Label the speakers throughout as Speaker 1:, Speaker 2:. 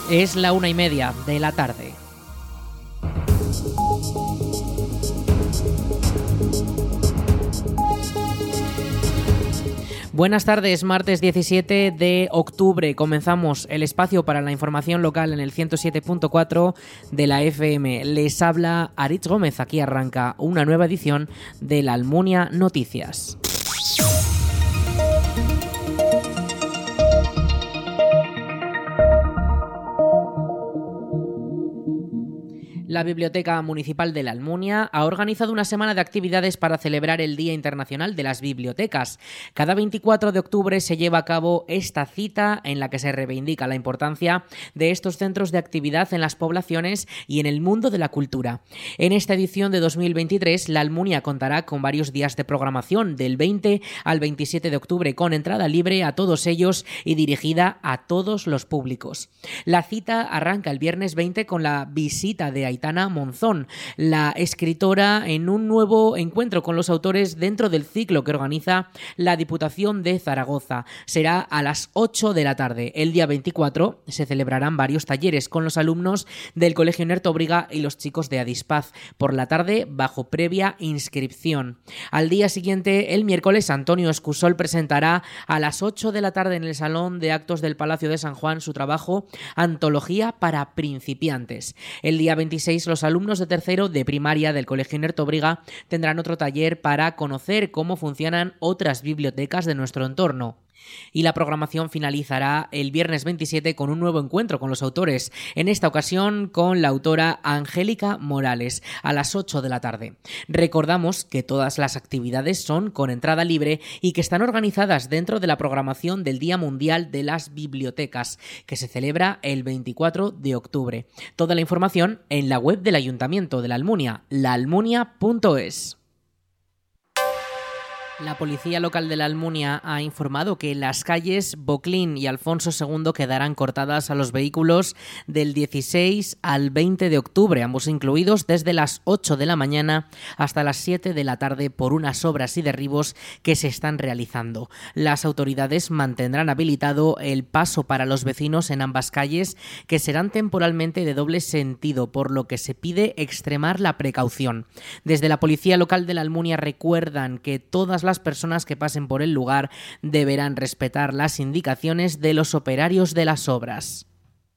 Speaker 1: Es la 1:30 de la tarde. Buenas tardes, martes 17 de octubre. Comenzamos el espacio para la información local en el 107.4 de la FM. Les habla Aritz Gómez. Aquí arranca una nueva edición de la Almunia Noticias. La Biblioteca Municipal de la Almunia ha organizado una semana de actividades para celebrar el Día Internacional de las Bibliotecas. Cada 24 de octubre se lleva a cabo esta cita en la que se reivindica la importancia de estos centros de actividad en las poblaciones y en el mundo de la cultura. En esta edición de 2023, la Almunia contará con varios días de programación del 20 al 27 de octubre con entrada libre a todos ellos y dirigida a todos los públicos. La cita arranca el viernes 20 con la visita de Aitana Monzón, la escritora, en un nuevo encuentro con los autores dentro del ciclo que organiza la Diputación de Zaragoza. Será a las 8 de la tarde. El día 24 se celebrarán varios talleres con los alumnos del Colegio Nertóbriga y los chicos de Adispaz. Por la tarde, bajo previa inscripción. Al día siguiente, el miércoles, Antonio Escusol presentará a las 8 de la tarde en el Salón de Actos del Palacio de San Juan su trabajo Antología para principiantes. El día 26, los alumnos de tercero de primaria del Colegio Nertóbriga tendrán otro taller para conocer cómo funcionan otras bibliotecas de nuestro entorno. Y la programación finalizará el viernes 27 con un nuevo encuentro con los autores, en esta ocasión con la autora Angélica Morales, a las 8 de la tarde. Recordamos que todas las actividades son con entrada libre y que están organizadas dentro de la programación del Día Mundial de las Bibliotecas, que se celebra el 24 de octubre. Toda la información en la web del Ayuntamiento de la Almunia, laalmunia.es. La policía local de la Almunia ha informado que las calles Boclín y Alfonso II quedarán cortadas a los vehículos del 16 al 20 de octubre, ambos incluidos, desde las 8 de la mañana hasta las 7 de la tarde por unas obras y derribos que se están realizando. Las autoridades mantendrán habilitado el paso para los vecinos en ambas calles, que serán temporalmente de doble sentido, por lo que se pide extremar la precaución. Desde la policía local de la Almunia recuerdan que todas las personas que pasen por el lugar deberán respetar las indicaciones de los operarios de las obras.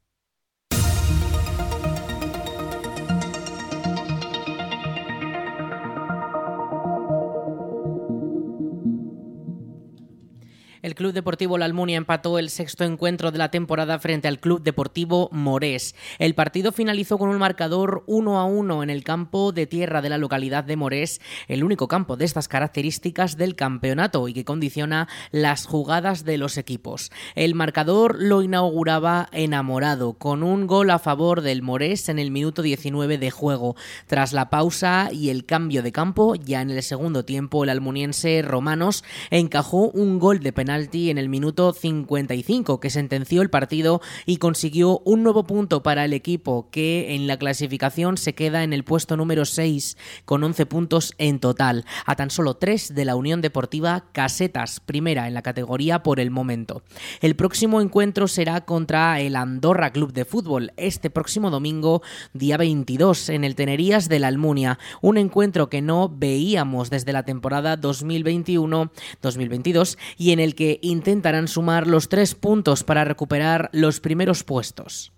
Speaker 1: El Club Deportivo La Almunia empató el sexto encuentro de la temporada frente al Club Deportivo Morés. El partido finalizó con un marcador 1-1 en el campo de tierra de la localidad de Morés, el único campo de estas características del campeonato y que condiciona las jugadas de los equipos. El marcador lo inauguraba Enamorado, con un gol a favor del Morés en el minuto 19 de juego. Tras la pausa y el cambio de campo, ya en el segundo tiempo, el almuniense Romanos encajó un gol de penalti en el minuto 55 que sentenció el partido y consiguió un nuevo punto para el equipo, que en la clasificación se queda en el puesto número 6 con 11 puntos en total, a tan solo 3 de la Unión Deportiva Casetas, primera en la categoría por el momento. El próximo encuentro será contra el Andorra Club de Fútbol este próximo domingo, día 22, en el Tenerías de la Almunia, un encuentro que no veíamos desde la temporada 2021-2022 y en el que intentarán sumar los 3 puntos para recuperar los primeros puestos.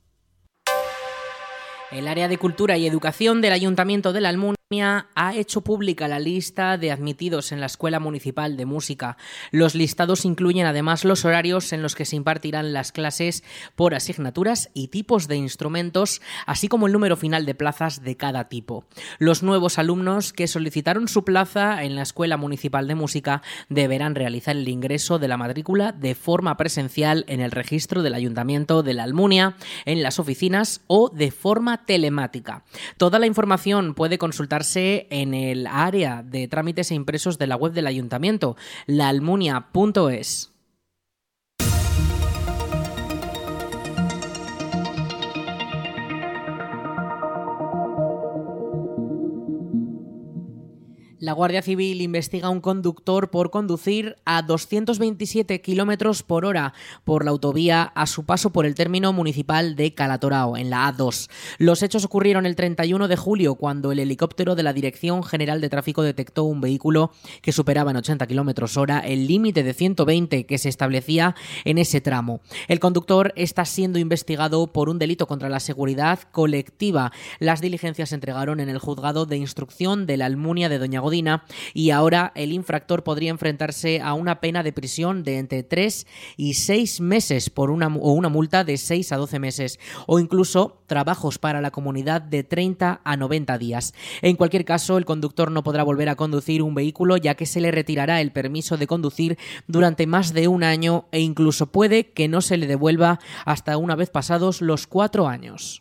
Speaker 1: El área de Cultura y Educación del Ayuntamiento de la Almunia ha hecho pública la lista de admitidos en la Escuela Municipal de Música. Los listados incluyen además los horarios en los que se impartirán las clases por asignaturas y tipos de instrumentos, así como el número final de plazas de cada tipo. Los nuevos alumnos que solicitaron su plaza en la Escuela Municipal de Música deberán realizar el ingreso de la matrícula de forma presencial en el registro del Ayuntamiento de la Almunia, en las oficinas o de forma telemática. Toda la información puede consultarse en el área de trámites e impresos de la web del Ayuntamiento, laalmunia.es. La Guardia Civil investiga a un conductor por conducir a 227 kilómetros por hora por la autovía a su paso por el término municipal de Calatorao, en la A2. Los hechos ocurrieron el 31 de julio, cuando el helicóptero de la Dirección General de Tráfico detectó un vehículo que superaba en 80 kilómetros hora el límite de 120 que se establecía en ese tramo. El conductor está siendo investigado por un delito contra la seguridad colectiva. Las diligencias se entregaron en el juzgado de instrucción de la Almunia de Doña Godina y ahora el infractor podría enfrentarse a una pena de prisión de entre 3 y 6 meses o una multa de 6 a 12 meses o incluso trabajos para la comunidad de 30 a 90 días. En cualquier caso, el conductor no podrá volver a conducir un vehículo, ya que se le retirará el permiso de conducir durante más de un año e incluso puede que no se le devuelva hasta una vez pasados los 4 años.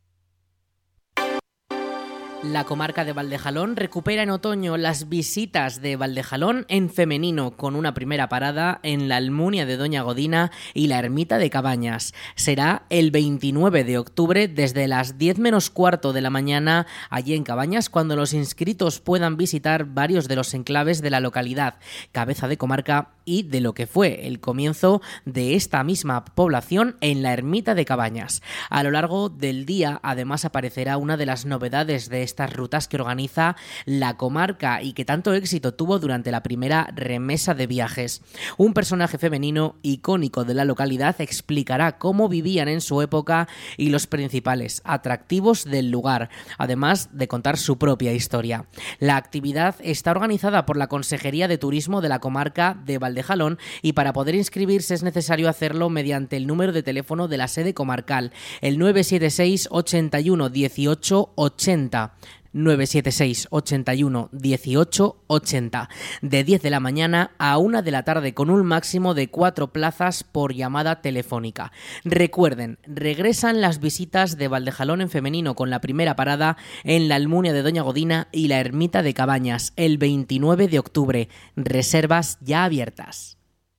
Speaker 1: La comarca de Valdejalón recupera en otoño las visitas de Valdejalón en femenino, con una primera parada en la Almunia de Doña Godina y la Ermita de Cabañas. Será el 29 de octubre desde las 10 menos cuarto de la mañana allí en Cabañas, cuando los inscritos puedan visitar varios de los enclaves de la localidad, cabeza de comarca, y de lo que fue el comienzo de esta misma población en la Ermita de Cabañas. A lo largo del día, además, aparecerá una de las novedades de estas rutas que organiza la comarca y que tanto éxito tuvo durante la primera remesa de viajes. Un personaje femenino icónico de la localidad explicará cómo vivían en su época y los principales atractivos del lugar, además de contar su propia historia. La actividad está organizada por la Consejería de Turismo de la comarca de Valdejalón y para poder inscribirse es necesario hacerlo mediante el número de teléfono de la sede comarcal, el 976 81 18 80. 976 81 18 80, de 10 de la mañana a 1 de la tarde, con un máximo de 4 plazas por llamada telefónica. Recuerden, regresan las visitas de Valdejalón en femenino, con la primera parada en la Almunia de Doña Godina y la Ermita de Cabañas el 29 de octubre. Reservas ya abiertas.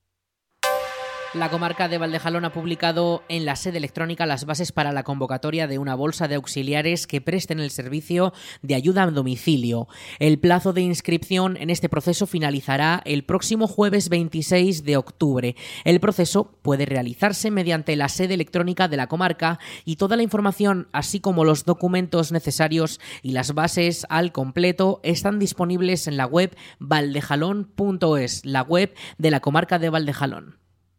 Speaker 1: La comarca de Valdejalón ha publicado en la sede electrónica las bases para la convocatoria de una bolsa de auxiliares que presten el servicio de ayuda a domicilio. El plazo de inscripción en este proceso finalizará el próximo jueves 26 de octubre. El proceso puede realizarse mediante la sede electrónica de la comarca y toda la información, así como los documentos necesarios y las bases al completo, están disponibles en la web valdejalón.es, la web de la comarca de Valdejalón.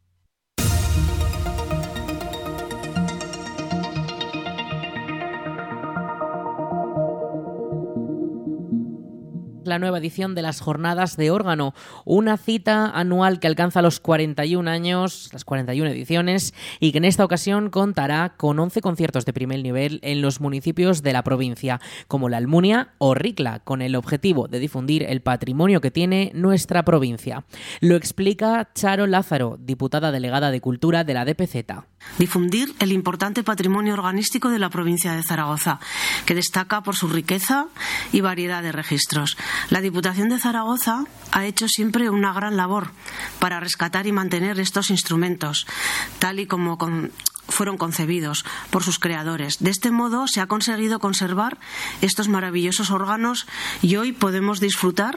Speaker 1: La nueva edición de las Jornadas de Órgano, una cita anual que alcanza los 41 años, las 41 ediciones, y que en esta ocasión contará con 11 conciertos de primer nivel en los municipios de la provincia, como la Almunia o Ricla, con el objetivo de difundir el patrimonio que tiene nuestra provincia. Lo explica Charo Lázaro, diputada delegada de Cultura de la DPZ.
Speaker 2: Difundir el importante patrimonio organístico de la provincia de Zaragoza, que destaca por su riqueza y variedad de registros. La Diputación de Zaragoza ha hecho siempre una gran labor para rescatar y mantener estos instrumentos, tal y como fueron concebidos por sus creadores. De este modo se ha conseguido conservar estos maravillosos órganos y hoy podemos disfrutar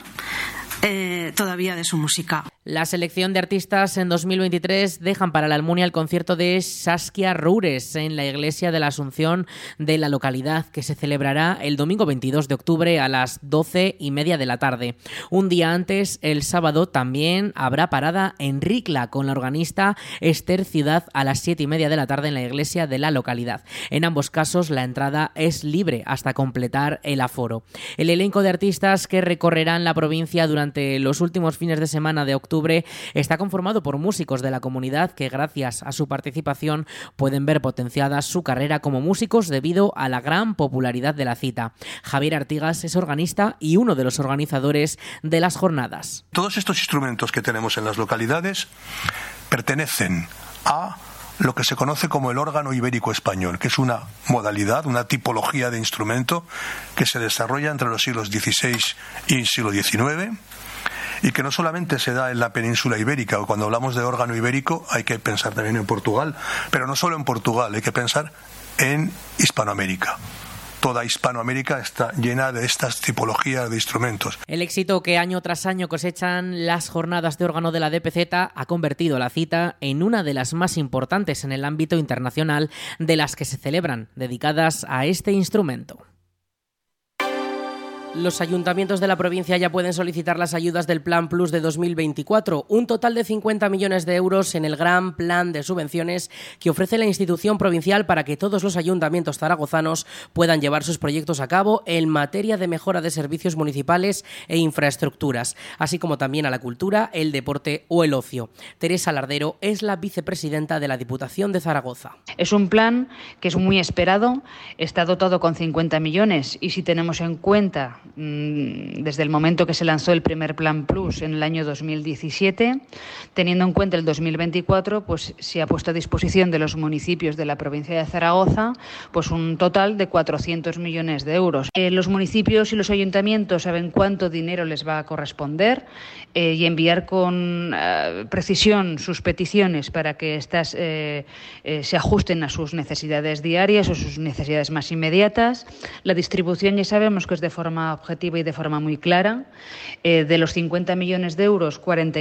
Speaker 2: todavía de su música.
Speaker 1: La selección de artistas en 2023 dejan para la Almunia el concierto de Saskia Roures en la Iglesia de la Asunción de la localidad, que se celebrará el domingo 22 de octubre a las 12:30 de la tarde. Un día antes, el sábado, también habrá parada en Ricla con la organista Esther Ciudad a las 7:30 de la tarde en la iglesia de la localidad. En ambos casos, la entrada es libre hasta completar el aforo. El elenco de artistas que recorrerán la provincia durante los últimos fines de semana de octubre está conformado por músicos de la comunidad que, gracias a su participación, pueden ver potenciada su carrera como músicos debido a la gran popularidad de la cita. Javier Artigas es organista y uno de los organizadores de las jornadas.
Speaker 3: Todos estos instrumentos que tenemos en las localidades pertenecen a lo que se conoce como el órgano ibérico español, que es una modalidad, una tipología de instrumento que se desarrolla entre los siglos XVI y el siglo XIX, y que no solamente se da en la península ibérica, o cuando hablamos de órgano ibérico hay que pensar también en Portugal, pero no solo en Portugal, hay que pensar en Hispanoamérica. toda Hispanoamérica está llena de estas tipologías de instrumentos.
Speaker 1: El éxito que año tras año cosechan las jornadas de órgano de la DPZ ha convertido la cita en una de las más importantes en el ámbito internacional de las que se celebran, dedicadas a este instrumento. Los ayuntamientos de la provincia ya pueden solicitar las ayudas del Plan Plus de 2024, un total de 50 millones de euros en el gran plan de subvenciones que ofrece la institución provincial para que todos los ayuntamientos zaragozanos puedan llevar sus proyectos a cabo en materia de mejora de servicios municipales e infraestructuras, así como también a la cultura, el deporte o el ocio. Teresa Lardero es la vicepresidenta de la Diputación de Zaragoza.
Speaker 4: Es un plan que es muy esperado, está dotado con 50 millones y si tenemos en cuenta desde el momento que se lanzó el primer Plan Plus en el año 2017, teniendo en cuenta el 2024, pues se ha puesto a disposición de los municipios de la provincia de Zaragoza pues un total de 400 millones de euros. Los municipios y los ayuntamientos saben cuánto dinero les va a corresponder y enviar con precisión sus peticiones para que éstas se ajusten a sus necesidades diarias o sus necesidades más inmediatas. La distribución ya sabemos que es de forma objetiva y de forma muy clara. De los 50 millones de euros,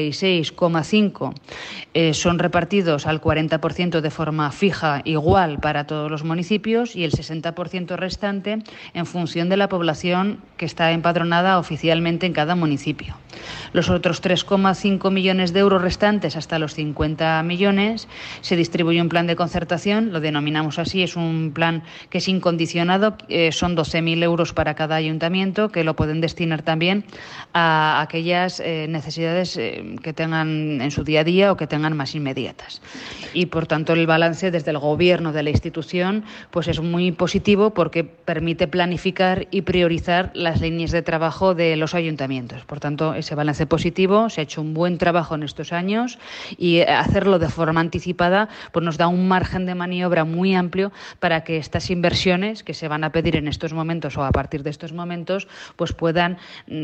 Speaker 4: 46,5 son repartidos al 40% de forma fija igual para todos los municipios y el 60% restante en función de la población que está empadronada oficialmente en cada municipio. Los otros 3,5 millones de euros restantes hasta los 50 millones se distribuye un plan de concertación, lo denominamos así, es un plan que es incondicionado, son 12.000 euros para cada ayuntamiento que lo pueden destinar también a aquellas necesidades que tengan en su día a día o que tengan más inmediatas. Y por tanto el balance desde el gobierno de la institución pues es muy positivo porque permite planificar y priorizar las líneas de trabajo de los ayuntamientos. Por tanto, ese balance positivo, se ha hecho un buen trabajo en estos años y hacerlo de forma anticipada pues nos da un margen de maniobra muy amplio para que estas inversiones que se van a pedir en estos momentos o a partir de estos momentos pues puedan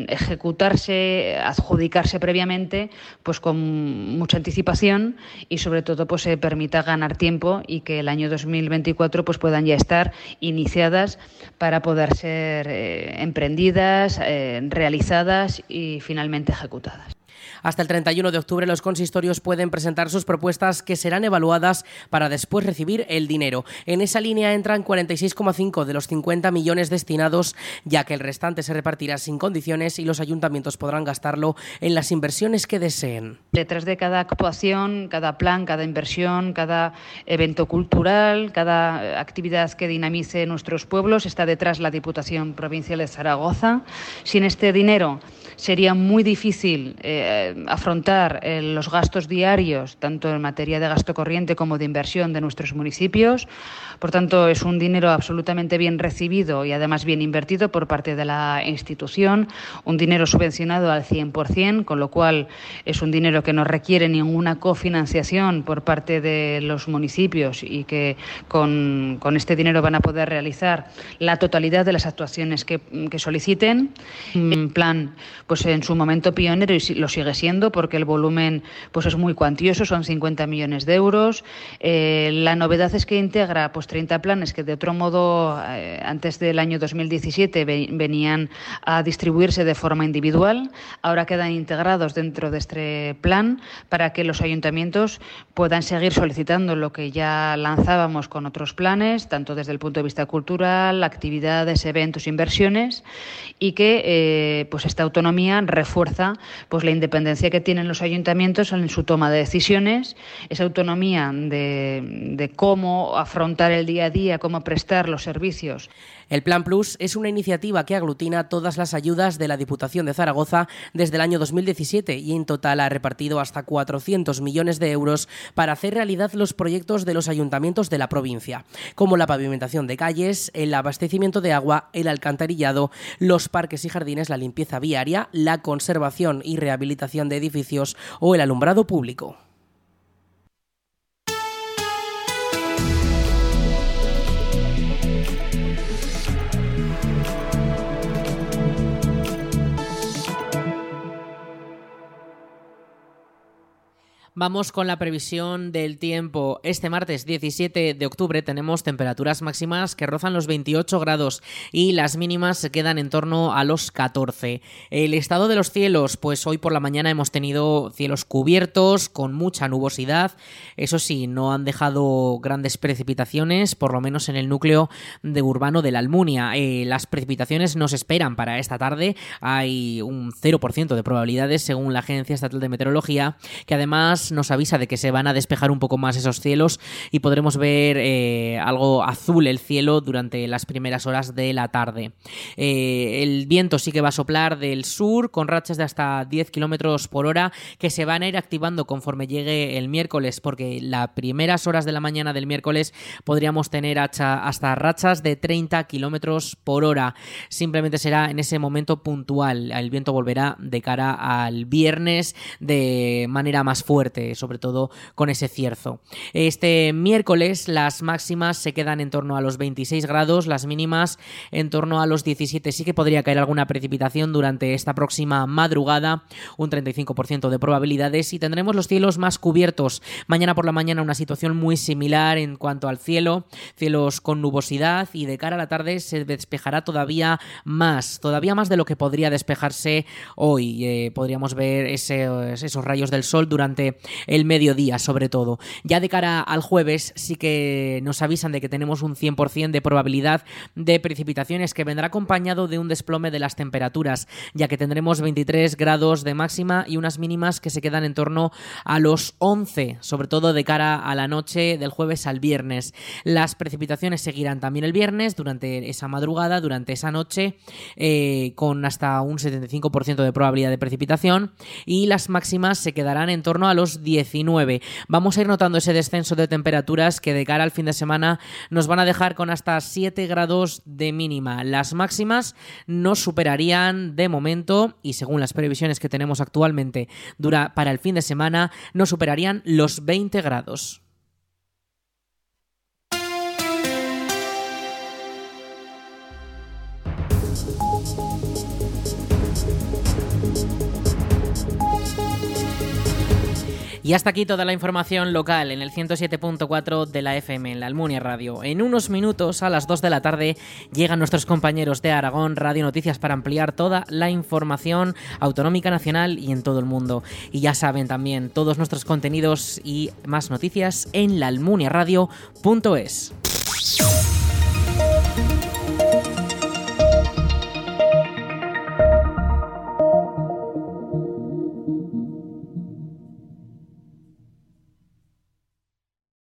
Speaker 4: ejecutarse, adjudicarse previamente pues con mucha anticipación y sobre todo pues se permita ganar tiempo y que el año 2024 pues puedan ya estar iniciadas para poder ser emprendidas, realizadas y finalmente ejecutadas.
Speaker 1: Hasta el 31 de octubre los consistorios pueden presentar sus propuestas que serán evaluadas para después recibir el dinero. En esa línea entran 46,5 de los 50 millones destinados, ya que el restante se repartirá sin condiciones y los ayuntamientos podrán gastarlo en las inversiones que deseen.
Speaker 4: Detrás de cada actuación, cada plan, cada inversión, cada evento cultural, cada actividad que dinamice nuestros pueblos, está detrás la Diputación Provincial de Zaragoza. Sin este dinero sería muy difícil afrontar los gastos diarios, tanto en materia de gasto corriente como de inversión de nuestros municipios. Por tanto, es un dinero absolutamente bien recibido y además bien invertido por parte de la institución, un dinero subvencionado al 100%, con lo cual es un dinero que no requiere ninguna cofinanciación por parte de los municipios y que con este dinero van a poder realizar la totalidad de las actuaciones que soliciten. Un plan pues en su momento pionero y lo sigue siendo porque el volumen pues es muy cuantioso, son 50 millones de euros. La novedad es que integra pues 30 planes que de otro modo antes del año 2017 venían a distribuirse de forma individual. Ahora quedan integrados dentro de este plan para que los ayuntamientos puedan seguir solicitando lo que ya lanzábamos con otros planes, tanto desde el punto de vista cultural, actividades, eventos, inversiones, y que pues esta autonomía refuerza pues la independencia que tienen los ayuntamientos en su toma de decisiones, esa autonomía de cómo afrontar el día a día, cómo prestar los servicios.
Speaker 1: El Plan Plus es una iniciativa que aglutina todas las ayudas de la Diputación de Zaragoza desde el año 2017 y en total ha repartido hasta 400 millones de euros para hacer realidad los proyectos de los ayuntamientos de la provincia, como la pavimentación de calles, el abastecimiento de agua, el alcantarillado, los parques y jardines, la limpieza viaria, la conservación y rehabilitación de edificios o el alumbrado público. Vamos con la previsión del tiempo. Este martes 17 de octubre tenemos temperaturas máximas que rozan los 28 grados y las mínimas se quedan en torno a los 14. El estado de los cielos, pues hoy por la mañana hemos tenido cielos cubiertos con mucha nubosidad. Eso sí, no han dejado grandes precipitaciones, por lo menos en el núcleo urbano de la Almunia. Las precipitaciones no se esperan para esta tarde. Hay un 0% de probabilidades según la Agencia Estatal de Meteorología, que además nos avisa de que se van a despejar un poco más esos cielos y podremos ver algo azul el cielo durante las primeras horas de la tarde. El viento sí que va a soplar del sur con rachas de hasta 10 kilómetros por hora que se van a ir activando conforme llegue el miércoles, porque las primeras horas de la mañana del miércoles podríamos tener hasta rachas de 30 kilómetros por hora. Simplemente será en ese momento puntual. El viento volverá de cara al viernes de manera más fuerte, sobre todo con ese cierzo. Este miércoles las máximas se quedan en torno a los 26 grados, las mínimas en torno a los 17. Sí que podría caer alguna precipitación durante esta próxima madrugada, un 35% de probabilidades, y tendremos los cielos más cubiertos. Mañana por la mañana una situación muy similar en cuanto al cielo, cielos con nubosidad, y de cara a la tarde se despejará todavía más de lo que podría despejarse hoy. Podríamos ver esos rayos del sol durante el mediodía, sobre todo. Ya de cara al jueves sí que nos avisan de que tenemos un 100% de probabilidad de precipitaciones, que vendrá acompañado de un desplome de las temperaturas, ya que tendremos 23 grados de máxima y unas mínimas que se quedan en torno a los 11, sobre todo de cara a la noche del jueves al viernes. Las precipitaciones seguirán también el viernes, durante esa madrugada, durante esa noche, con hasta un 75% de probabilidad de precipitación, y las máximas se quedarán en torno a los 19. Vamos a ir notando ese descenso de temperaturas que de cara al fin de semana nos van a dejar con hasta 7 grados de mínima. Las máximas no superarían de momento, y según las previsiones que tenemos actualmente para el fin de semana, no superarían los 20 grados. Y hasta aquí toda la información local en el 107.4 de la FM en la Almunia Radio. En unos minutos, a las 2 de la tarde, llegan nuestros compañeros de Aragón Radio Noticias para ampliar toda la información autonómica, nacional y en todo el mundo. Y ya saben también todos nuestros contenidos y más noticias en laalmuniaradio.es.